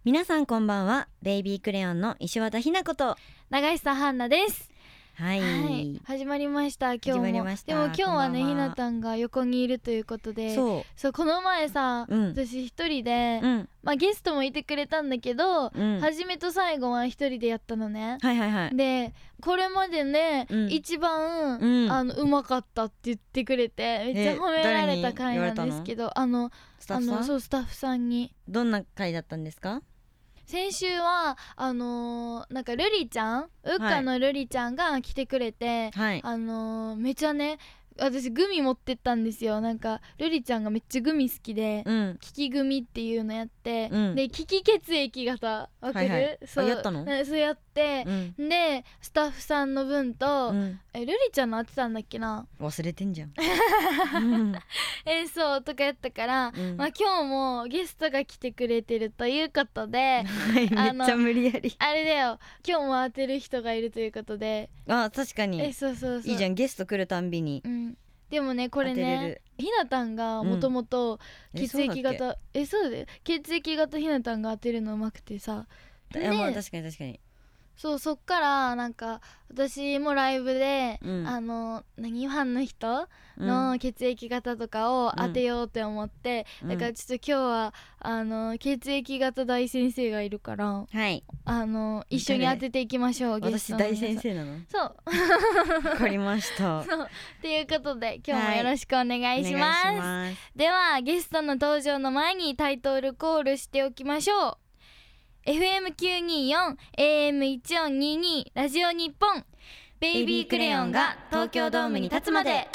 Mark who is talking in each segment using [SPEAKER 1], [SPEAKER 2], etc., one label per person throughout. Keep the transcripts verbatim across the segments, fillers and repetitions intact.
[SPEAKER 1] 皆さんこんばんは。ベイビークレヨンの石渡ひな子と
[SPEAKER 2] 長久ハンナです。
[SPEAKER 1] はい、
[SPEAKER 2] はい、始まりました。今日も
[SPEAKER 1] 始まりました。
[SPEAKER 2] でも今日はね、ひなたんが横にいるということで、
[SPEAKER 1] そう
[SPEAKER 2] そうこの前さ、
[SPEAKER 1] うん、
[SPEAKER 2] 私一人で、
[SPEAKER 1] うん、
[SPEAKER 2] まあゲストもいてくれたんだけど、
[SPEAKER 1] うん、
[SPEAKER 2] 初めと最後は一人でやったのね。
[SPEAKER 1] はいはいはい。
[SPEAKER 2] でこれまでね、うん、一番、うん、あのうまかったって言ってくれて、めっちゃ褒められた回なんですけど、あの
[SPEAKER 1] スタッフさん？
[SPEAKER 2] あのそうスタッフさんに。
[SPEAKER 1] どんな回だったんですか？
[SPEAKER 2] 先週はあのー、なんかルリちゃんウッカのルリちゃんが来てくれて、はい、あのー、めちゃね私グミ持ってったんですよ。なんかルリちゃんがめっちゃグミ好きで、うん、キキグミっていうのやって、うん、でキキ血液型わかる、はいはい、そう
[SPEAKER 1] やったの？
[SPEAKER 2] そうやって、うん、でスタッフさんの分と、うん、えルリちゃんの当てたんだっけな、
[SPEAKER 1] 忘れてんじゃん
[SPEAKER 2] えそうとかやったから、うん、まあ、今日もゲストが来てくれてるということで、
[SPEAKER 1] はい、めっちゃ無理やり
[SPEAKER 2] あれだよ、今日も当てる人がいるということで。
[SPEAKER 1] あ、確かに。
[SPEAKER 2] えそうそうそう、
[SPEAKER 1] いいじゃん、ゲスト来るたんびに、うん、
[SPEAKER 2] でもねこれねひなたんがもともと血液型、うん、えそうだよ、血液型ひなたんが当てるのうまくてさ、
[SPEAKER 1] いや、まあ確かに確かに。
[SPEAKER 2] そうそっからなんか私もライブで、うん、あの何ファンの人の血液型とかを当てようって思って、うん、だからちょっと今日はあの血液型大先生がいるから、
[SPEAKER 1] はい、
[SPEAKER 2] あの一緒に当てていきましょう。
[SPEAKER 1] ゲストの私大先生なの？
[SPEAKER 2] そう
[SPEAKER 1] わかりました
[SPEAKER 2] そうっていうことで今日もよろしくお願いします、はい、お願いします。ではゲストの登場の前にタイトルコールしておきましょう。エフエムきゅうにーよん エーエムいちよんにーにー ラジオ日本、ベイビークレヨンが東京ドームに立つまで。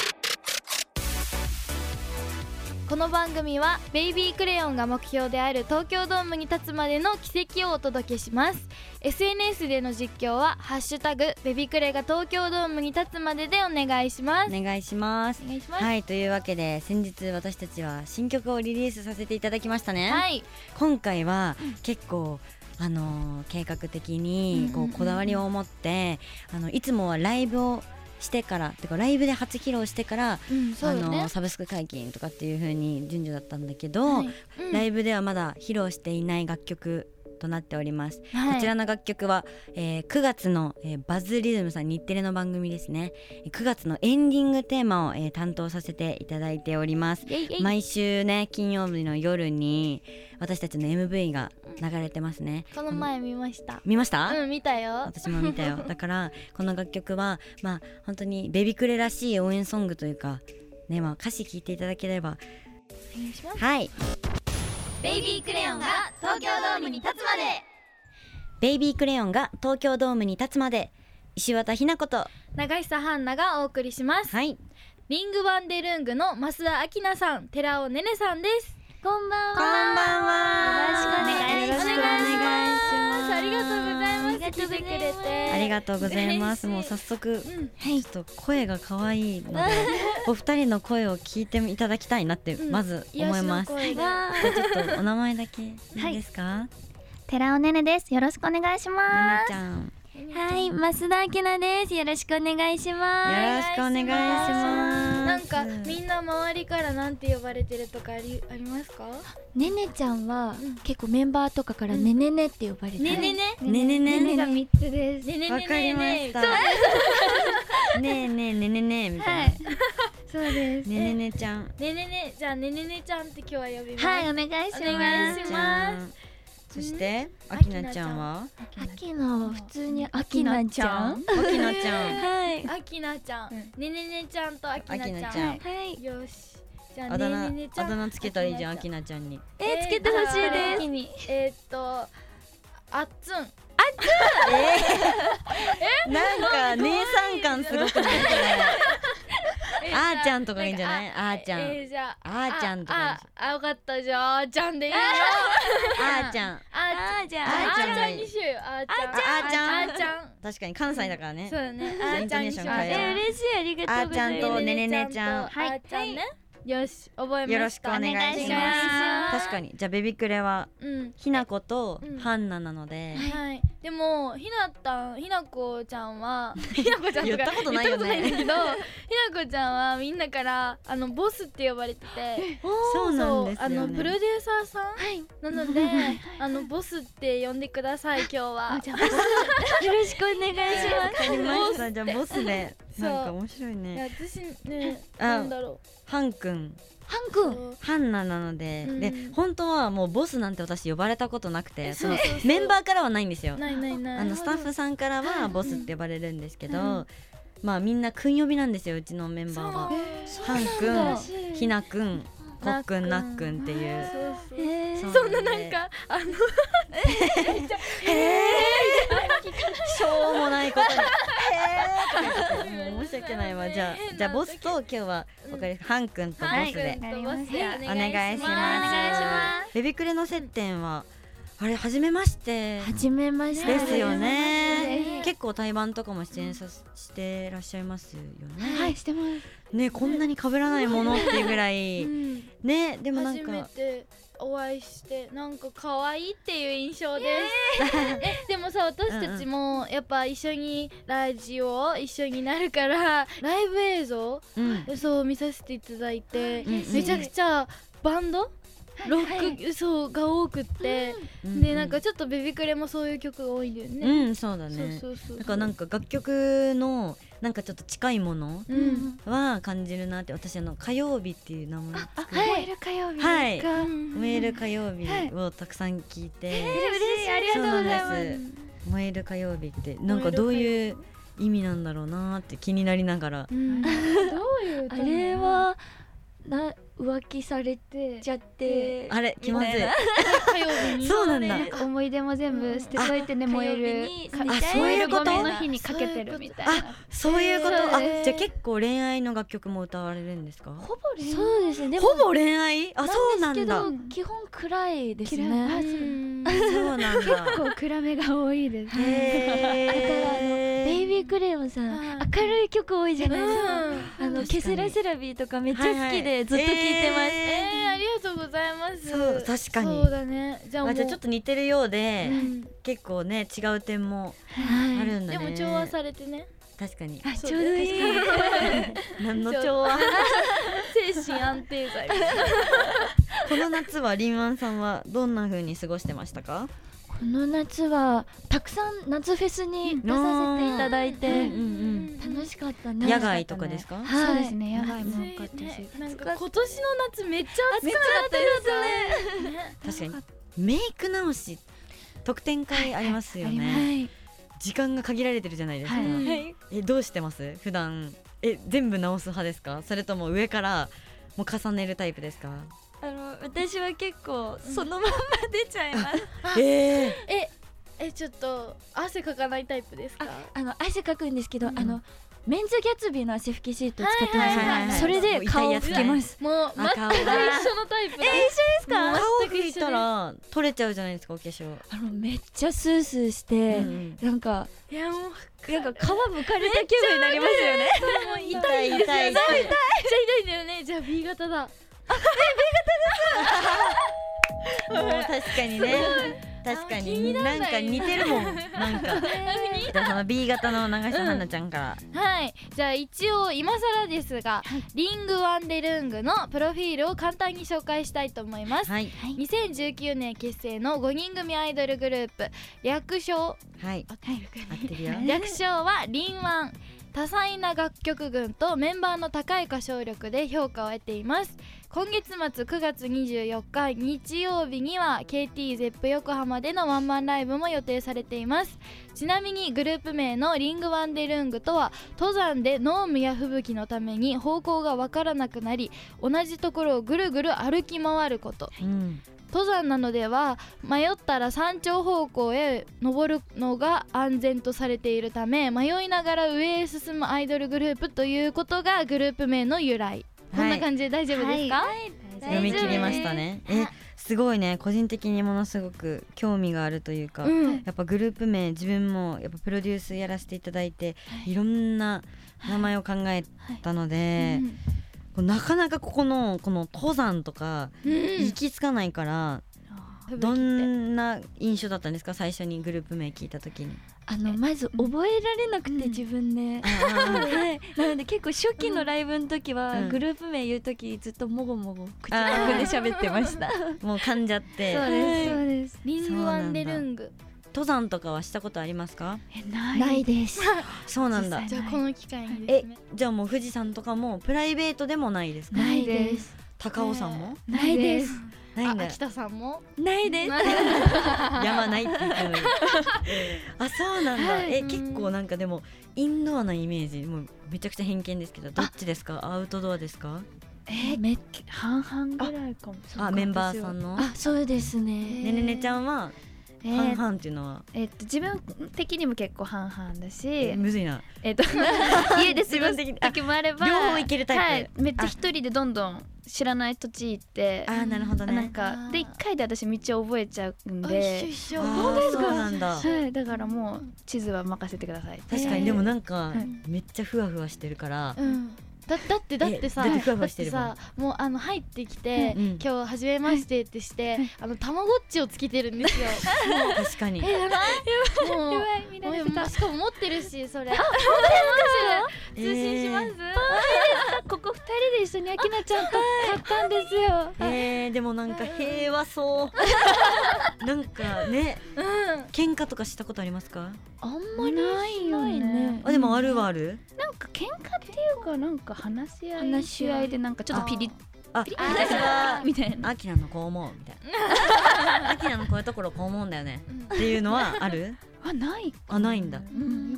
[SPEAKER 2] この番組はベイビークレヨンが目標である東京ドームに立つまでの奇跡をお届けします。 エスエヌエス での実況はハッシュタグベビクレが東京ドームに立つまででお願いします。
[SPEAKER 1] お願いします
[SPEAKER 2] お願いします。
[SPEAKER 1] はい、というわけで先日私たちは新曲をリリースさせていただきましたね。
[SPEAKER 2] はい、
[SPEAKER 1] 今回は結構あのー、計画的にこうこだわりを持って、あのいつもはライブをしてからてかライブで初披露してから、うんそうね、あのー、サブスク解禁とかっていう風に順序だったんだけど、はい、うん、ライブではまだ披露していない楽曲となっております、はい、こちらの楽曲は、えー、くがつの、えー、バズリズムさん、日テレの番組ですね、くがつのエンディングテーマを、えー、担当させていただいております。
[SPEAKER 2] イエイイエイ、
[SPEAKER 1] 毎週ね金曜日の夜に私たちの エムブイ が流れてますね。
[SPEAKER 2] この前見ました。
[SPEAKER 1] 見ました？
[SPEAKER 2] うん、見たよ。
[SPEAKER 1] 私も見たよだからこの楽曲はまあ本当にベビクレらしい応援ソングというかね、まあ歌詞聴いていただければ
[SPEAKER 2] お願いします。
[SPEAKER 1] はい、
[SPEAKER 2] ベイビークレヨンが東京ドームに立つまで。
[SPEAKER 1] ベイビークレヨンが東京ドームに立つまで、石渡ひな子と
[SPEAKER 2] 長久ハンナがお送りします。
[SPEAKER 1] はい、
[SPEAKER 2] リングワンデルングの増田明菜さん、寺尾ねねさんです。こんばんは。
[SPEAKER 1] こんばんは。
[SPEAKER 2] よろしくお願いします。
[SPEAKER 1] よろしくお願いします。
[SPEAKER 2] ありがとうございます。来てくれて
[SPEAKER 1] ありがとうございます。もう早速、うん、ちょっと声が可愛いのでお二人の声を聞いていただきたいなってまず思います、うん、じゃあちょっとお名前だけいいですか？はい、
[SPEAKER 3] 寺尾ねねです。よろしくお願いします。
[SPEAKER 1] ねねちゃん。
[SPEAKER 3] はい、増田明菜です。よろしくお願いします。
[SPEAKER 1] よろしくお願いします。
[SPEAKER 2] なんかみんな周りからなんて呼ばれてるとかあり、ありますか？
[SPEAKER 3] ねねちゃんは、うん、結構メンバーとかからねねねって呼ばれてる、
[SPEAKER 2] ねねね
[SPEAKER 1] ねねね
[SPEAKER 3] ねがみっつです。
[SPEAKER 2] ねねね
[SPEAKER 1] わかりました。ねえねえねねねみたいな、はい、
[SPEAKER 3] そうです。
[SPEAKER 1] ねねねちゃん。
[SPEAKER 2] ねねね、じゃあねねねちゃんって今日は呼びます。
[SPEAKER 3] はい、お願いします。
[SPEAKER 2] お願いします。
[SPEAKER 1] そしてあきなちゃんは？
[SPEAKER 3] あきなは普通にあきなちゃん。
[SPEAKER 1] あきなちゃん。
[SPEAKER 3] はい。
[SPEAKER 2] あきなちゃん、ねねねちゃんとあきなちゃん。
[SPEAKER 3] はい。
[SPEAKER 2] よし。じゃあ
[SPEAKER 1] あだ名、
[SPEAKER 2] ねねねちゃん。
[SPEAKER 1] あだ名つけたらいいじゃん、あきなちゃんに。
[SPEAKER 3] えー、つけてほしいです。
[SPEAKER 2] えーっとあっつん。あっ
[SPEAKER 1] つん。えー、なんか姉さん感すごくない？あーちゃんとかいいんじゃない？あーちゃん。え
[SPEAKER 2] ー、じゃあ
[SPEAKER 1] あーちゃんとか。
[SPEAKER 2] あ、分かった。じゃああーちゃんでいいよ。
[SPEAKER 1] あーちゃん。
[SPEAKER 2] あーちゃん。あーちゃんにしようよ。あーちゃん。
[SPEAKER 1] あーちゃん。
[SPEAKER 2] あーちゃん。
[SPEAKER 1] 確かに関西だからね。
[SPEAKER 2] そうだね。あーちゃんにしよう。
[SPEAKER 3] え、嬉しい、ありがとうございます。
[SPEAKER 1] あーちゃんとねねねちゃん。
[SPEAKER 2] あーちゃんね。 よし覚えました。
[SPEAKER 1] よろしくお願いします。確かにじゃあベビクレは、うん、ひなことハンナなので、
[SPEAKER 2] うん、はい、でもひなたんひなこちゃんはひなこちゃんとか
[SPEAKER 1] 言ったことないよね。
[SPEAKER 2] 言ったことないんだけどひなこちゃんはみんなからあのボスって呼ばれてて
[SPEAKER 1] そうなんですよね。
[SPEAKER 2] あのプロデューサーさん、はい、なのであのボスって呼んでください今日は。
[SPEAKER 3] じゃあボスよろしくお願いします。
[SPEAKER 1] わかりました。じゃあボスでなんか面白いね。
[SPEAKER 2] 私ね、なんだろう、
[SPEAKER 1] ハンくん
[SPEAKER 3] ハンくん
[SPEAKER 1] ハンナなので、うん、で本当はもうボスなんて私呼ばれたことなくて、
[SPEAKER 2] そうそうそう
[SPEAKER 1] そのメンバーからはないんですよ。
[SPEAKER 2] ないないない。
[SPEAKER 1] あのスタッフさんからはボスって呼ばれるんですけど、うん、まあみんなくん呼びなんですよ、うちのメンバーは。ハンくん、ひなくん、こっくん、なっくんっていう。
[SPEAKER 2] そんななんかあの
[SPEAKER 1] えしょうもないことにえー申し訳ないわ。じゃあじゃあボスと今日はわかりハンくんとボスでお願いします。ベビクレの接点はあれ初めまして
[SPEAKER 3] 初めまして
[SPEAKER 1] ですよね。結構対バンとかも出演さしてらっしゃいますよね。
[SPEAKER 3] はい、してます
[SPEAKER 1] ね。こんなに被らないものっていうぐらいね。でもなんか
[SPEAKER 2] 初めてお会いしてなんか可愛いっていう印象です、えー、でもさ私たちもやっぱ一緒にラジオ一緒になるからライブ映像、うん、そう見させていただいて、うん、めちゃくちゃバンドロック、はい、そうが多くって、うん、でなんかちょっとベビクレもそういう曲が多いんだよね。
[SPEAKER 1] うんそうだね。そうそうそうそう。だからなんか楽曲のなんかちょっと近いものは感じるなって。私あの火曜日っていう名前
[SPEAKER 3] あ燃える火曜日
[SPEAKER 1] はい燃える火曜日をたくさん聞いて、はい、
[SPEAKER 3] えー、嬉しいありがとうございます。
[SPEAKER 1] 燃える火曜日ってなんかどういう意味なんだろうなって気になりながら、
[SPEAKER 2] うん、どういう
[SPEAKER 3] あれはな浮気されてちゃって
[SPEAKER 1] あれ気まずい
[SPEAKER 2] 火曜日に
[SPEAKER 1] そうなんだ。
[SPEAKER 3] 思い出も全部捨てといてね、燃える
[SPEAKER 1] あそういうこと。
[SPEAKER 3] ごめんの日にかけてるみたいな。
[SPEAKER 1] あそういうこと。あじゃあ結構恋愛の楽曲も歌われるんですか。
[SPEAKER 3] ほぼ恋愛。そうですね。
[SPEAKER 1] ほぼ恋愛。あそうなんだ。
[SPEAKER 3] 基本暗いですね。
[SPEAKER 1] そうなんだ。
[SPEAKER 3] 結構暗めが多いです。だからあのベイビークレヨンさん明るい曲多いじゃないですか。あのケセラセラビーとかめっちゃ好きでずっと聴いてます。
[SPEAKER 2] えー、ありがとうございます。
[SPEAKER 1] そう確かに。
[SPEAKER 2] そうだね。
[SPEAKER 1] じゃあじゃあちょっと似てるようで、うん、結構ね違う点もあるんだね。
[SPEAKER 2] でも調和されてね。
[SPEAKER 1] 確かに。
[SPEAKER 3] あちょうどいい。
[SPEAKER 1] 何の調和。
[SPEAKER 2] 精神安定剤。
[SPEAKER 1] この夏はリンワンさんはどんな風に過ごしてましたか。
[SPEAKER 3] この夏はたくさん夏フェスに出させていただいて楽しかったね。
[SPEAKER 1] 野外とかですか。
[SPEAKER 3] そうですね、野外も多かったし、
[SPEAKER 2] なんか今年の夏めっちゃ暑かったですね。
[SPEAKER 1] 確かにメイク直し特典会ありますよね。時間が限られてるじゃないですか。えどうしてます普段。え全部直す派ですか、それとも上からもう重ねるタイプですか。
[SPEAKER 3] あの私は結構そのまま出ちゃいます。
[SPEAKER 1] えー、
[SPEAKER 2] ええちょっと汗かかないタイプですか。
[SPEAKER 3] ああの汗かくんですけど、うん、あのメンズギャツビーの汗拭きシートを使ってます。それで顔を拭きます。
[SPEAKER 2] もう全く一緒のタイプだ。
[SPEAKER 3] え一緒ですか。
[SPEAKER 1] 顔拭いたら取れちゃうじゃないですかお化粧。
[SPEAKER 3] あのめっちゃスースーして、うん、なんか
[SPEAKER 2] いやもう
[SPEAKER 3] なんか皮むかれた気分になりますよね。
[SPEAKER 2] もう痛い痛い痛い痛い痛い痛いんだよね。じゃあ ビー 型だ。
[SPEAKER 3] あ、
[SPEAKER 1] え ビー 型です。もう確かにね。確かになんか似てるもん。なんかじゃあその ビー 型の長下花ちゃんから、
[SPEAKER 2] うん、はいじゃあ一応今更ですが、はい、リングワンデルングのプロフィールを簡単に紹介したいと思います、はい、にせんじゅうきゅうねん結成のごにん組アイドルグループ、略称
[SPEAKER 1] はい合ってるよ。
[SPEAKER 2] 略称はリンワン。多彩な楽曲群とメンバーの高い歌唱力で評価を得ています。今月末くがつにじゅうよっか日曜日には ケーティーゼップ 横浜でのワンマンライブも予定されています。ちなみにグループ名のリングワンデルングとは登山で濃霧や吹雪のために方向がわからなくなり同じところをぐるぐる歩き回ること、うん、登山なのでは迷ったら山頂方向へ登るのが安全とされているため迷いながら上へ進むアイドルグループということがグループ名の由来。こんな感じで大丈夫ですか。はいはい、
[SPEAKER 1] 読み切りましたね。えすごいね。個人的にものすごく興味があるというか、うん、やっぱグループ名自分もやっぱプロデュースやらせていただいて、はい、いろんな名前を考えたので、はいはいうんなかなかここのこの登山とか行き着かないから、うん、どんな印象だったんですか、最初にグループ名聞いた時に。
[SPEAKER 3] あのまず覚えられなくて、うん、自分で、はい、なので結構初期のライブの時は、うん、グループ名言う時ずっともごもご口の中で喋ってました
[SPEAKER 1] もう噛んじゃって。
[SPEAKER 2] そうですそうです。リングワンデルング。
[SPEAKER 1] 登山とかはしたことありますか？
[SPEAKER 3] えない、ないです
[SPEAKER 1] そうなんだ。
[SPEAKER 2] じゃあこの機会にですね。
[SPEAKER 1] えじゃあもう富士山とかもプライベートでもないですか？
[SPEAKER 3] ないです。
[SPEAKER 1] 高尾山も、
[SPEAKER 3] えー、ないです。
[SPEAKER 1] ないんだ。
[SPEAKER 2] 秋田さんも
[SPEAKER 3] ないです
[SPEAKER 1] 山ないって言ってるのにあ、そうなんだ、はい、え、結構なんかでもインドアなイメージ、もうめちゃくちゃ偏見ですけど、どっちですか？アウトドアですか？
[SPEAKER 3] えー、め半々ぐらいかも。
[SPEAKER 1] あ、メンバーさんの。
[SPEAKER 3] あ、そうですね。
[SPEAKER 1] ねねねちゃんは
[SPEAKER 4] えー、
[SPEAKER 1] 半々っていうのは、
[SPEAKER 4] えー、っと自分的にも結構半々だし、え
[SPEAKER 1] ー、むずいな、
[SPEAKER 4] えー、っと家で過ごす時もあれば
[SPEAKER 1] 両方行けるタイプ、はい、
[SPEAKER 4] めっちゃ一人でどんどん知らない土地行って、
[SPEAKER 1] あ、なるほどね、
[SPEAKER 4] なんかで一回で私道を覚えちゃうんで、
[SPEAKER 2] 一緒
[SPEAKER 1] そうですか。そうなんだ、
[SPEAKER 4] はい、だからもう地図は任せてください。
[SPEAKER 1] 確かに、でもなんか、はい、めっちゃふわふわしてるから、
[SPEAKER 2] うん、だ, だってだってさ、だってさ、もうあの入ってきて、うん、今日初めましてってして、はい、あのたまごっちをつけてるんですよ
[SPEAKER 1] 確かに、
[SPEAKER 2] え、やばいもう
[SPEAKER 4] やばい、見られた。
[SPEAKER 2] しかも持ってるし、それ、あ、持って
[SPEAKER 4] る通信します、えー、ここふたりで一緒にあきなちゃんと買ったんですよ。
[SPEAKER 1] えー、でもなんか平和そうなんかね、うん、喧嘩とかしたことありますか？
[SPEAKER 4] あんまりないよね。
[SPEAKER 1] あ、でもあるはある。
[SPEAKER 4] なんか喧嘩っていうか、なんか話し合い話し合いでなんかちょっとピリッ
[SPEAKER 1] あ、私はみたいな、アキナのこう思うみたいなアキナのこういうところこう思うんだよねっていうのはある？
[SPEAKER 4] あ、ないか。
[SPEAKER 1] あ、ないんだ。
[SPEAKER 4] うん、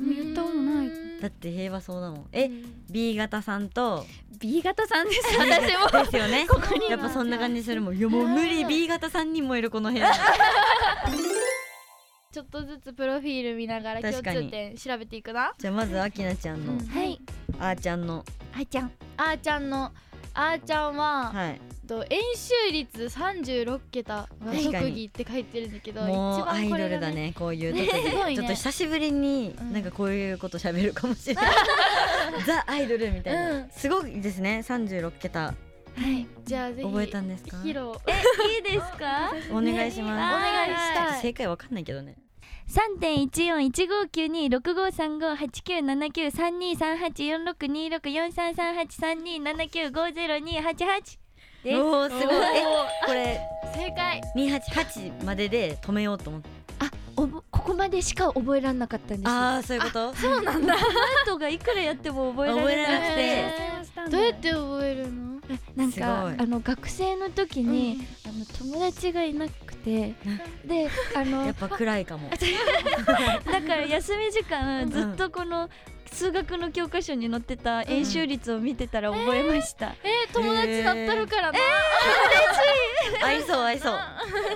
[SPEAKER 4] 言ったことない。
[SPEAKER 1] だって平和そうだもん。え、B 型さんと
[SPEAKER 4] B 型さんです。私も
[SPEAKER 1] ですよね。ここにやっぱそんな感じするもん。いやもう無理、B 型さんにんもいるこの部屋
[SPEAKER 2] ちょっとずつプロフィール見ながら共通点調べていくな。
[SPEAKER 1] じゃあまずあきなちゃんの、うん、
[SPEAKER 4] はい、
[SPEAKER 1] あーちゃんの
[SPEAKER 4] あーちゃん
[SPEAKER 2] あーちゃんのあーちゃんは、はい、と演習率さんじゅうろくけたが特技って書いてるんだけど、
[SPEAKER 1] もうアイドルだね、こういう特技、ね、ちょっと久しぶりになんかこういうこと喋るかもしれない、うん、ザ・アイドルみたいな、うん、すごいですね、さんじゅうろくけた。
[SPEAKER 2] はい、じゃあぜひ
[SPEAKER 1] 覚えたんですか？
[SPEAKER 2] 披露
[SPEAKER 3] え、いいですか？
[SPEAKER 1] お願いします、
[SPEAKER 2] ね、お願いしたい。
[SPEAKER 1] 正解わかんないけどね。
[SPEAKER 3] さんてんいちよんいちごきゅうにろくごさんごはちきゅうななきゅうさんにさんはちよんろくにろくよんさんさんはちさんにななきゅうごゼロにはちはちです。
[SPEAKER 1] おー、すごい。え、これ
[SPEAKER 2] 正解
[SPEAKER 1] にはちはちまでで止めようと思って。
[SPEAKER 3] あ、おぼここまでしか覚えられなかったんです。
[SPEAKER 1] ああ、そういうこと。
[SPEAKER 2] そうなんだ。
[SPEAKER 3] あとがいくらやっても覚えられなくて、
[SPEAKER 2] どうやって覚えるの？
[SPEAKER 3] なんかあの学生の時に、うん、あの友達がいなくて、で、あの
[SPEAKER 1] やっぱ暗いかも。
[SPEAKER 3] だから休み時間ずっとこの数学の教科書に載ってた演習率を見てたら覚えました。
[SPEAKER 2] うん、えー、友達だったるからな。
[SPEAKER 3] えー、嬉しい。
[SPEAKER 1] 合いそう合いそう。
[SPEAKER 2] 本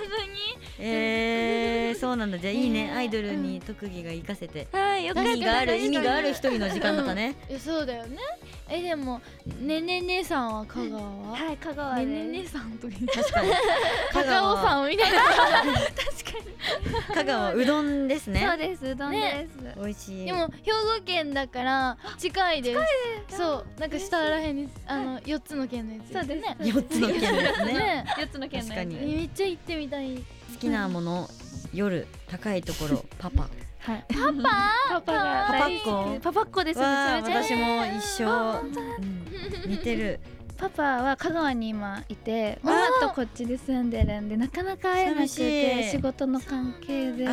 [SPEAKER 1] えー、そうなんだ。じゃあいいね、アイドルに特技が活かせて、
[SPEAKER 3] はい、よかった。
[SPEAKER 1] 意味がある意味がある一人の時間とかね。
[SPEAKER 2] うん、そうだよね。え、でもねね姉さんは香川は？
[SPEAKER 3] はい、香川で。
[SPEAKER 2] ねね姉さんと
[SPEAKER 1] 確かに
[SPEAKER 2] 香川さんみたいな。確かに。
[SPEAKER 1] 香川うどんですね。
[SPEAKER 4] そうです、うどんです。
[SPEAKER 1] 美味しい。
[SPEAKER 2] でも兵庫県だから近いです。そう、なんか下らへんにあのよっつの県のやつ。
[SPEAKER 4] そうですね。
[SPEAKER 1] よっつの県ですね。
[SPEAKER 4] よっつの県のやつ。
[SPEAKER 2] めっちゃ行ってみたい。
[SPEAKER 1] 好きなもの、夜高いところ、パパ。
[SPEAKER 2] はい、パパ
[SPEAKER 4] パパが
[SPEAKER 1] パパっ子
[SPEAKER 4] パパっ子です。
[SPEAKER 1] 私も一緒、うん、似てる。
[SPEAKER 4] パパは香川に今いて、ママとこっちで住んでるんでなかなか会えなくて、仕事の関係で、はい、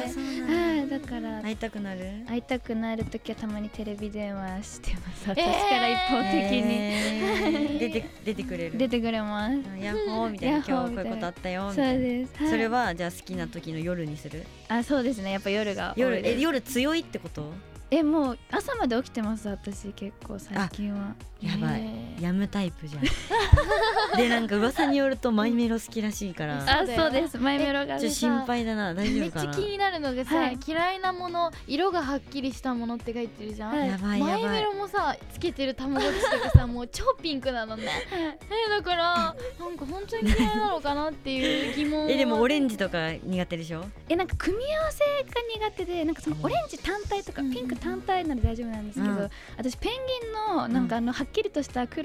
[SPEAKER 4] だから
[SPEAKER 1] 会いたくなる
[SPEAKER 4] 会いたくなるときはたまにテレビ電話してます。私から一方的に、
[SPEAKER 1] えー、出て出てくれる
[SPEAKER 4] 出てくれます。
[SPEAKER 1] ヤッホーみたいな、今日こういうことあったよみたいな。
[SPEAKER 4] そうです、はい、
[SPEAKER 1] それはじゃあ好きな時の夜にする？
[SPEAKER 4] あ、そうですね、やっぱ夜が
[SPEAKER 1] 夜。え、夜強いってこと？
[SPEAKER 4] え、もう朝まで起きてます私結構最近は。
[SPEAKER 1] やばい、やむタイプじゃんで、なんか噂によるとマイメロ好きらしいから。
[SPEAKER 4] あ、そうです、マイメロが
[SPEAKER 1] ちょっと心配だな、大丈夫かな。
[SPEAKER 2] めっちゃ気になるのがさ、はい、嫌いなもの、色がはっきりしたものって書いてるじゃん、はい、
[SPEAKER 1] やばいやばい。
[SPEAKER 2] マイメロもさつけてるたまごっちとかさもう超ピンクなのねえ、だからなんか本当に嫌いなのかなっていう疑問
[SPEAKER 1] え、でもオレンジとか苦手でしょ？
[SPEAKER 4] え、なんか組み合わせが苦手で、なんかそのオレンジ単体とかピンク単体なら大丈夫なんですけど、うん、私ペンギンのなんかあのはっきりとした黒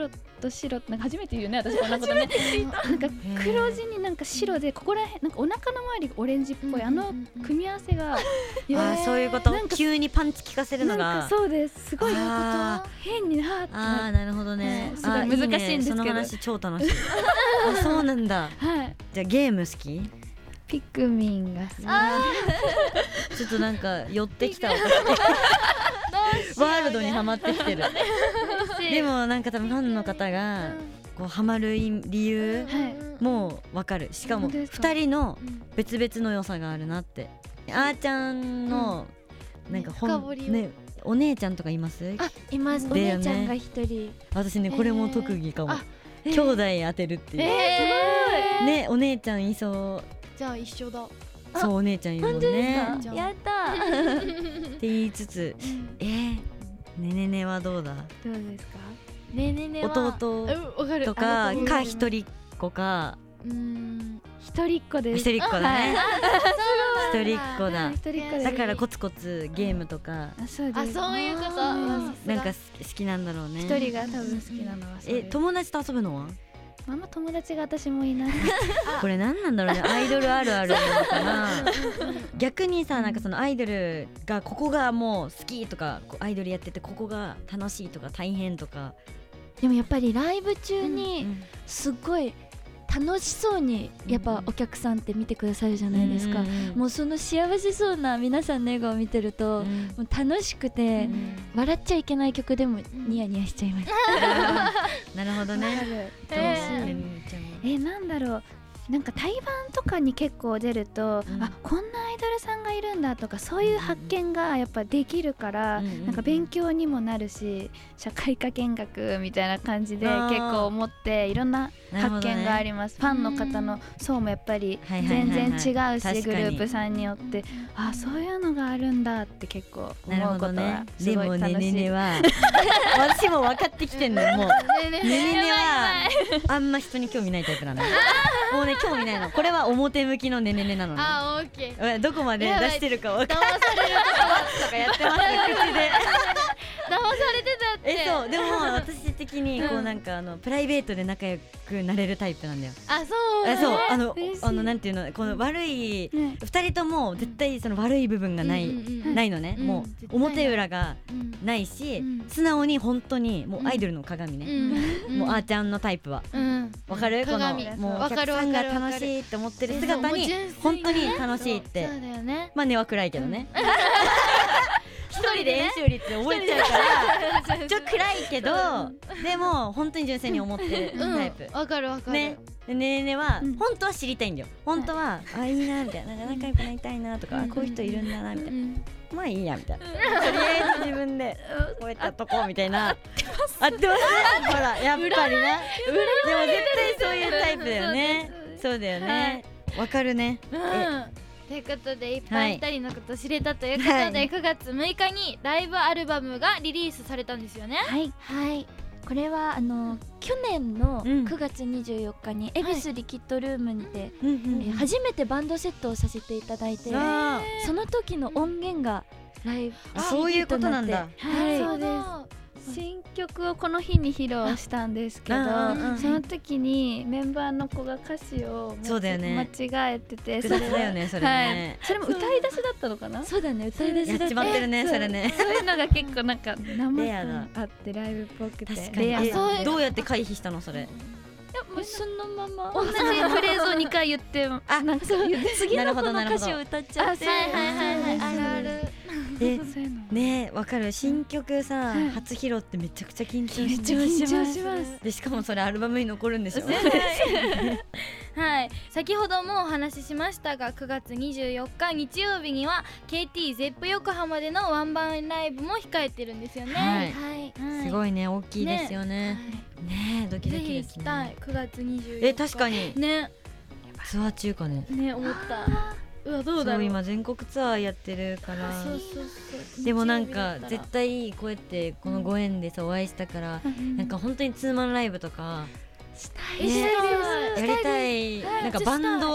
[SPEAKER 4] 黒と白ってなんか初めて言うよね私こんなことねなんか黒地になんか白でここら辺なんかお腹の周りがオレンジっぽいあの組み合わせが
[SPEAKER 1] あそういうこと急にパンチ効かせるのが
[SPEAKER 4] なんかそうですすごい変になって
[SPEAKER 1] あーなるほどね
[SPEAKER 4] すごい難しいんですけど
[SPEAKER 1] その話超楽しいあそうなんだ
[SPEAKER 4] はい
[SPEAKER 1] じゃあゲーム好き
[SPEAKER 4] ピクミンが好
[SPEAKER 1] きちょっとなんか寄ってきたワールドにハマってきてるでもなんか多分ファンの方がこうハマる理由も分かるしかもふたりの別々の良さがあるなってあーちゃんのなんかほんねお姉ちゃんとかいます
[SPEAKER 3] あいますお姉ちゃんが一人
[SPEAKER 1] 私ねこれも特技かも兄弟当てるっていうねお姉ちゃんいそう
[SPEAKER 2] じゃあ一緒だ
[SPEAKER 1] そうお姉ちゃんいるもんね
[SPEAKER 3] やった
[SPEAKER 1] って言いつつえーねねねはどうだ
[SPEAKER 4] どうですか
[SPEAKER 2] ねねねは
[SPEAKER 1] 弟とかか一人っ子か
[SPEAKER 2] うん
[SPEAKER 4] 一人っ子です
[SPEAKER 1] 一人っ子だね一人っ子だ
[SPEAKER 4] 一人っ子です
[SPEAKER 1] だからコツコツゲームとか
[SPEAKER 4] あそうです
[SPEAKER 2] あそういうこと
[SPEAKER 1] なんか好きなんだろうね
[SPEAKER 4] 一人が多分好きなのは
[SPEAKER 1] え友達と遊ぶのは
[SPEAKER 4] あんま友達が私もいない
[SPEAKER 1] これ何なんだろうねアイドルあるあるなのかな逆にさなんかそのアイドルがここがもう好きとかアイドルやっててここが楽しいとか大変とか
[SPEAKER 3] でもやっぱりライブ中にすっごい楽しそうにやっぱお客さんって見てくださるじゃないですか、うんうんうん、もうその幸せそうな皆さんの笑顔を見てると、うん、もう楽しくて、うん、笑っちゃいけない曲でもニヤニヤしちゃいます、
[SPEAKER 1] うん、なるほどね
[SPEAKER 4] えー、なんだろうなんか対バンとかに結構出ると、うん、あこんなアイドルさんがいるんだとかそういう発見がやっぱできるから、うん、なんか勉強にもなるし社会科見学みたいな感じで結構思っていろんな発見があります、ね、ファンの方の層もやっぱり全然違うし、グループさんによってあそういうのがあるんだって結構思うことはすごい楽しい。
[SPEAKER 1] でもねねねは私も分かってきてんのよもうねねねはあんま人に興味ないタイプなのもうね興味ないのこれは表向きのねねねなのね
[SPEAKER 2] あオッケー
[SPEAKER 1] どこまで出してるか分かんない
[SPEAKER 2] 騙される
[SPEAKER 1] とかやってます口で
[SPEAKER 2] 騙されてたって
[SPEAKER 1] えそうでも私的にこうなんかあのプライベートで仲良くなれるタイプなんだよ
[SPEAKER 2] あそうね
[SPEAKER 1] そうあのあのなんていうのこの悪いふたりとも絶対その悪い部分がないないのねもう表裏がないし素直に本当にもうアイドルの鏡ねもうあーちゃんのタイプはわかるこのもうお客さんが楽しいって思ってる姿に本当に楽しいってまあ根は暗いけどね一人で演習率覚えちゃうからちょっと暗いけどでも本当に純粋に思ってるタイプ
[SPEAKER 2] わかるわかる
[SPEAKER 1] ねねねねは本当は知りたいんだよ本当はあいいなみたいな仲良くなりたいなとかこういう人いるんだなみたいなまあいいやみたいなとりあえず自分でこうやったとこみたいな合ってますほらやっぱりねでも絶対そういうタイプだよねそうだよねわかるね
[SPEAKER 2] ということでいっぱいふたりのこと知れたということで、はい、くがつむいかにライブアルバムがリリースされたんですよね。
[SPEAKER 3] はいはいこれはあの去年のくがつにじゅうよっかに恵比寿リキッドルームにて、はいえー、初めてバンドセットをさせていただいてその時の音源がライブ
[SPEAKER 1] そういうことなんだ
[SPEAKER 4] はいそうです新曲をこの日に披露したんですけど、その時にメンバーの子が歌詞を間違えてて、
[SPEAKER 1] それだよねそれね、
[SPEAKER 4] それも歌い出しだったのかな。
[SPEAKER 3] そうだね歌い出しだった。
[SPEAKER 1] やっちまってるねそれね。
[SPEAKER 4] そういうのが結構なんか生あってライブっぽくて。
[SPEAKER 1] 確かに。どうやって回避したのそれ。
[SPEAKER 3] いやもうそのまま
[SPEAKER 4] 同じフレーズをにかい言ってあなんか
[SPEAKER 3] 次の子の歌詞を歌っちゃって。
[SPEAKER 2] はいはいはいはいあるある。
[SPEAKER 1] えねわかる新曲さ初披露ってめちゃくちゃ緊張
[SPEAKER 3] します
[SPEAKER 1] でしかもそれアルバムに残るんでしょ
[SPEAKER 2] はい先ほどもお話ししましたがくがつにじゅうよっか日曜日には ケーティーゼップ 横浜でのワンマンライブも控えてるんですよね
[SPEAKER 1] はいすごいね大きいですよねねドキドキですね
[SPEAKER 2] くがつにじゅうよっか
[SPEAKER 1] え確かに
[SPEAKER 2] ね
[SPEAKER 1] ツアー中かね
[SPEAKER 2] ね思ったうわどうだろう
[SPEAKER 1] そう今全国ツアーやってるからでもなんか絶対こうやってこのご縁でさお会いしたからなんか本当にツーマンライブとか
[SPEAKER 3] したい
[SPEAKER 1] やりたいなんかバンド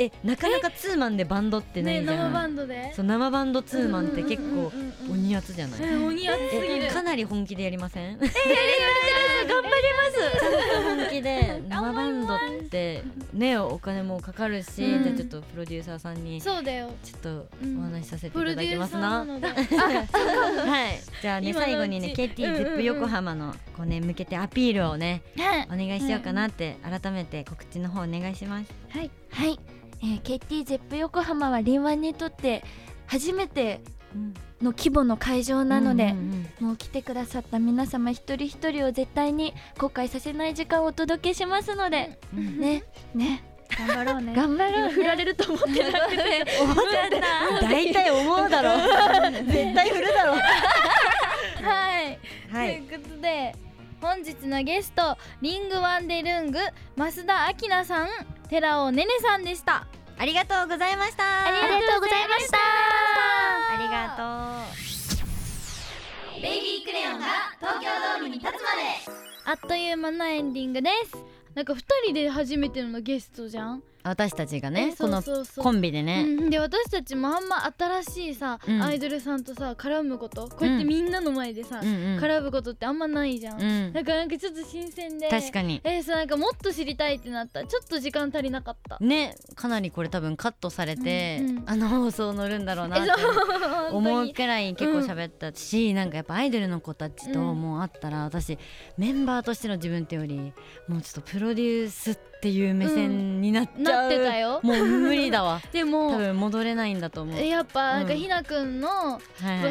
[SPEAKER 1] えなかなかツーマンでバンドってないじゃん、
[SPEAKER 2] ね、生バンドで
[SPEAKER 1] そう生バンドツーマンって結構鬼圧じゃない、
[SPEAKER 2] えー、鬼圧すぎる。
[SPEAKER 1] かなり本気でやりません？えやります
[SPEAKER 3] 頑張り
[SPEAKER 1] ます本気で生バンドってねお金もかかるし、うん、じゃあちょっとプロデューサーさんに
[SPEAKER 2] そうだよ
[SPEAKER 1] ちょっとお話しさせていただきますな、うん、はいじゃあね最後にね ケーティーゼップ 横浜のこうね向けてアピールをね、お願いしようかなって改めて告知の方お願いします。
[SPEAKER 3] はい、はいえー、ケーティーゼップ 横浜はリンワンにとって初めての規模の会場なので、うんうんうん、もう来てくださった皆様一人一人を絶対に後悔させない時間をお届けしますので、うん、ねね
[SPEAKER 4] 頑張ろうね
[SPEAKER 3] 頑張ろうね。
[SPEAKER 2] 振られると思ってなくて
[SPEAKER 3] 思っちゃった
[SPEAKER 1] 大体思うだろ絶対振るだろ
[SPEAKER 2] はい、
[SPEAKER 1] はい、
[SPEAKER 2] ということで本日のゲストリングワンデルング増田明菜さん、寺尾ねねさんでした。
[SPEAKER 1] ありがとうございました。
[SPEAKER 2] ありがとうございました。
[SPEAKER 1] ありが
[SPEAKER 2] とう。ベイビークレヨンが東京ドームに立つまで。あっという間のエンディングです。なんかふたりで初めてのゲストじゃん。
[SPEAKER 1] 私たちがね
[SPEAKER 2] そうそうそう
[SPEAKER 1] このコンビでね、
[SPEAKER 2] うん、で私たちもあんま新しいさ、うん、アイドルさんとさ絡むことこうやってみんなの前でさ、うん、絡むことってあんまないじゃん、うん、だからなんかちょっと新鮮で
[SPEAKER 1] 確かに
[SPEAKER 2] えー、さなんかもっと知りたいってなった。ちょっと時間足りなかった
[SPEAKER 1] ね。かなりこれ多分カットされて、うんうん、あの放送乗るんだろうなって思うくらい結構喋ったし、うん、なんかやっぱアイドルの子たちともう会ったら、うん、私メンバーとしての自分ってよりもうちょっとプロデュースっていう目線になっちゃう、うん、
[SPEAKER 2] なってたよ。
[SPEAKER 1] もう無理だわ
[SPEAKER 2] でも
[SPEAKER 1] 多分戻れないんだと思う。
[SPEAKER 2] やっぱなんかひなくんの、うん、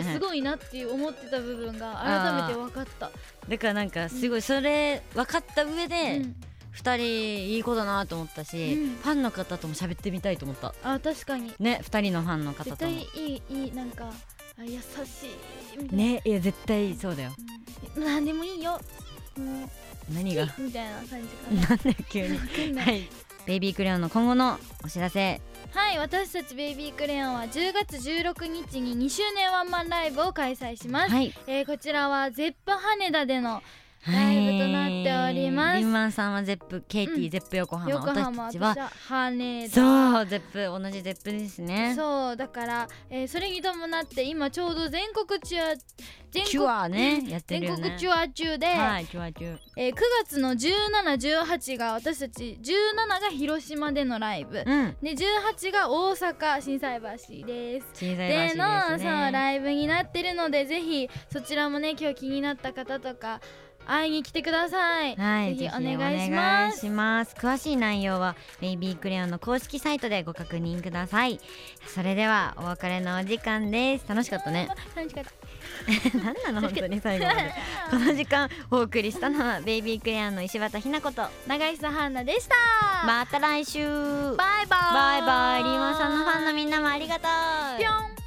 [SPEAKER 2] すごいなっていう思ってた部分が改めて分かった。
[SPEAKER 1] だからなんかすごいそれ分かった上で、うん、ふたりいい子だなと思ったし、うん、ファンの方とも喋ってみたいと思った。
[SPEAKER 2] あ確かに
[SPEAKER 1] ねふたりのファンの方とも
[SPEAKER 2] 絶対いいいいなんかあ優しいみたいな
[SPEAKER 1] ね。いや絶対そうだよ、
[SPEAKER 2] うん、何でもいいよもう
[SPEAKER 1] 何が
[SPEAKER 2] みたいな感じかな。
[SPEAKER 1] なんで急にはいベイビークレヨンの今後のお知らせ。
[SPEAKER 2] はい私たちベイビークレヨンはじゅうがつじゅうろくにちににしゅうねんワンマンライブを開催します、はいえー、こちらはゼップ羽田でのライブとなっております。
[SPEAKER 1] リンワンさんはゼップ、ケーティー、うん、ゼップ横浜、
[SPEAKER 2] 横浜
[SPEAKER 1] 私たちは
[SPEAKER 2] 羽田。
[SPEAKER 1] そうゼップ同じゼップですね。
[SPEAKER 2] そうだから、えー、それに伴って今ちょうど全国ツアー全国
[SPEAKER 1] ツアーねやってるよね。
[SPEAKER 2] 全国ツアー中で、
[SPEAKER 1] はいツアー中、
[SPEAKER 2] えー、くがつのじゅうしち、じゅうはちが私たちじゅうななが広島でのライブ、うん、でじゅうはちが大阪心斎橋です。
[SPEAKER 1] 心斎橋ですね。
[SPEAKER 2] でのそうライブになってるのでぜひそちらもね今日気になった方とか会いに来てください。はい、ぜひお願いします。
[SPEAKER 1] します詳しい内容はベイビークレヨンの公式サイトでご確認ください。それではお別れのお時間です。楽しかったね。
[SPEAKER 2] 楽しかった
[SPEAKER 1] 何なの本当に最後までこの時間お送りしたのはベイビークレヨンの石畑ひな子と
[SPEAKER 2] 長久ハンナでした。
[SPEAKER 1] また来週。
[SPEAKER 2] バイバイ
[SPEAKER 1] バイバイ。リンワンさんのファンのみんなもありがとう。
[SPEAKER 2] ぴょん。